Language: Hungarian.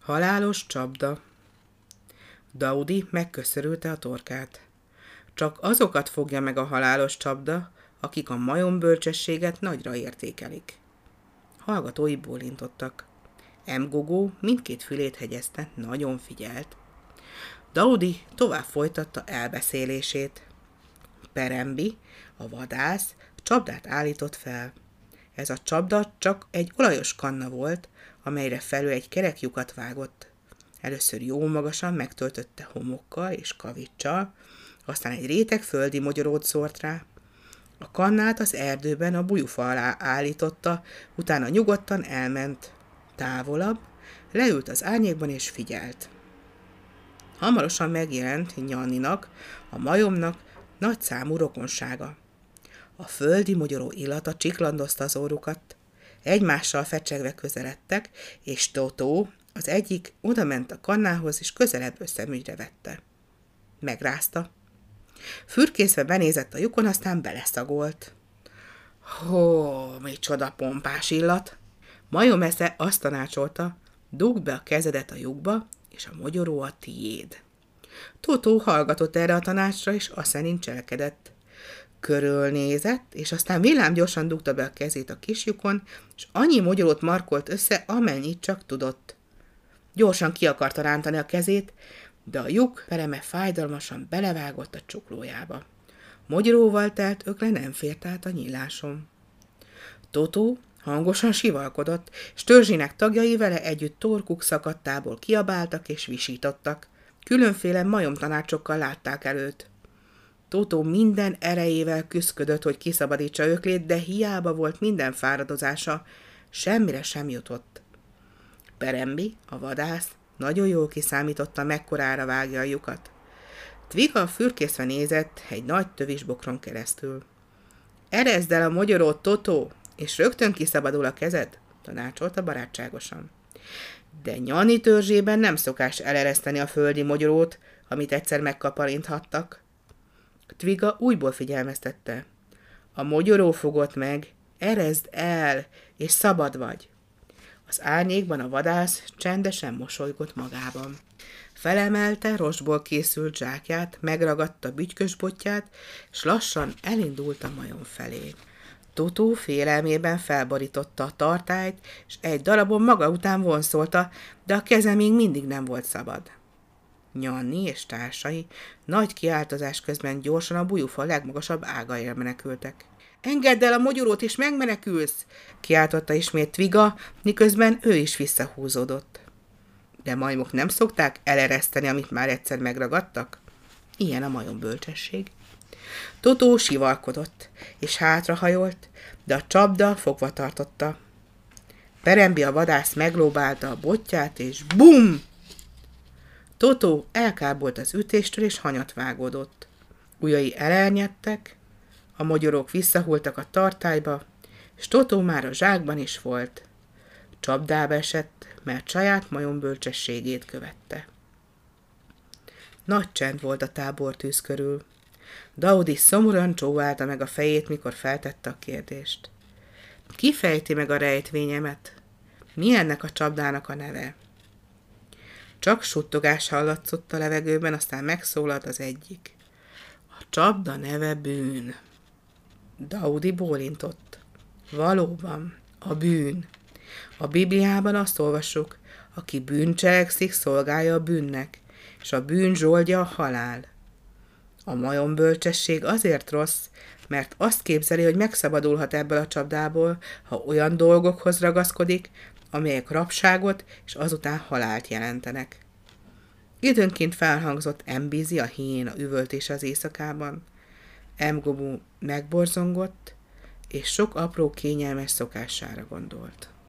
Halálos csapda. Daudi megköszörülte a torkát. Csak azokat fogja meg a halálos csapda, akik a majombölcsességet nagyra értékelik. Hallgatói bólintottak. Gogó mindkét fülét hegyezte, nagyon figyelt. Daudi tovább folytatta elbeszélését. Perembi, a vadász, csapdát állított fel. Ez a csapda csak egy olajos kanna volt, amelyre felül egy kerek lyukat vágott. Először jó magasan megtöltötte homokkal és kavicsal, aztán egy réteg földi mogyorót szórt rá. A kannát az erdőben a bujufa alá állította, utána nyugodtan elment. Távolabb, leült az árnyékban és figyelt. Hamarosan megjelent Nyaninak, a majomnak nagy számú rokonsága. A földi mogyoró illata csiklandozta az órukat. Egymással fecsegve közeledtek, és Totó, az egyik, odament a kannához, és közelebb összemügyre vette. Megrázta. Fürkészve benézett a lyukon, aztán beleszagolt. Hó, micsoda pompás illat! Majom esze azt tanácsolta, dugd be a kezedet a lyukba, és a mogyoró a tiéd. Totó hallgatott erre a tanácsra, és azt szerint cselekedett. Körülnézett, és aztán villámgyorsan dugta be a kezét a kis lyukon, és annyi mogyorót markolt össze, amennyit csak tudott. Gyorsan ki akarta rántani a kezét, de a lyuk pereme fájdalmasan belevágott a csuklójába. Mogyoróval telt ökle nem fért át a nyíláson. Totó hangosan sivalkodott, és törzsének tagjai vele együtt torkuk szakadtából kiabáltak és visítottak. Különféle majomtanácsokkal látták előtt. Totó minden erejével küszködött, hogy kiszabadítsa öklét, de hiába volt minden fáradozása, semmire sem jutott. Perembi, a vadász, nagyon jól kiszámította, mekkorára vágja a lyukat. Tviga fürkészve nézett egy nagy tövisbokron keresztül. Ereszd el a mogyorót, Totó, és rögtön kiszabadul a kezed, tanácsolta barátságosan. De Nyani törzsében nem szokás elereszteni a földi mogyorót, amit egyszer megkaparinthattak. Tviga újból figyelmeztette. A mogyoró fogott meg, ereszd el, és szabad vagy. Az árnyékban a vadász csendesen mosolygott magában. Felemelte rostból készült zsákját, megragadta bütykös botját, s lassan elindult a majom felé. Totó félelmében felborította a tartályt, és egy darabon maga után vonszolta, de a keze még mindig nem volt szabad. Nyani és társai nagy kiáltozás közben gyorsan a bujufa legmagasabb ágaira menekültek. Engedd el a mogyorót, és megmenekülsz! Kiáltotta ismét Tviga, miközben ő is visszahúzódott. De majmok nem szokták elereszteni, amit már egyszer megragadtak? Ilyen a majom bölcsesség. Totó sivalkodott, és hátrahajolt, de a csapda fogva tartotta. Perembi a vadász meglóbálta a botját, és bum! Totó elkábolt az ütéstől, és hanyat vágódott. Ujjai elernyedtek, a mogyorók visszahultak a tartályba, és Totó már a zsákban is volt. Csapdába esett, mert saját majom bölcsességét követte. Nagy csend volt a tábortűz körül. Daudi szomorúan csóválta meg a fejét, mikor feltette a kérdést. Ki fejti meg a rejtvényemet? Mi ennek a csapdának a neve? Csak suttogás hallatszott a levegőben, aztán megszólalt az egyik. A csapda neve bűn. Daudi bólintott. Valóban, a bűn. A Bibliában azt olvassuk, aki bűnt cselekszik, szolgálja a bűnnek, és a bűn zsoldja a halál. A majom bölcsesség azért rossz, mert azt képzeli, hogy megszabadulhat ebből a csapdából, ha olyan dolgokhoz ragaszkodik, amelyek rabságot és azután halált jelentenek. Időnként felhangzott Mbizi, a hiéna üvöltése az éjszakában. Mgogó megborzongott, és sok apró kényelmes szokására gondolt.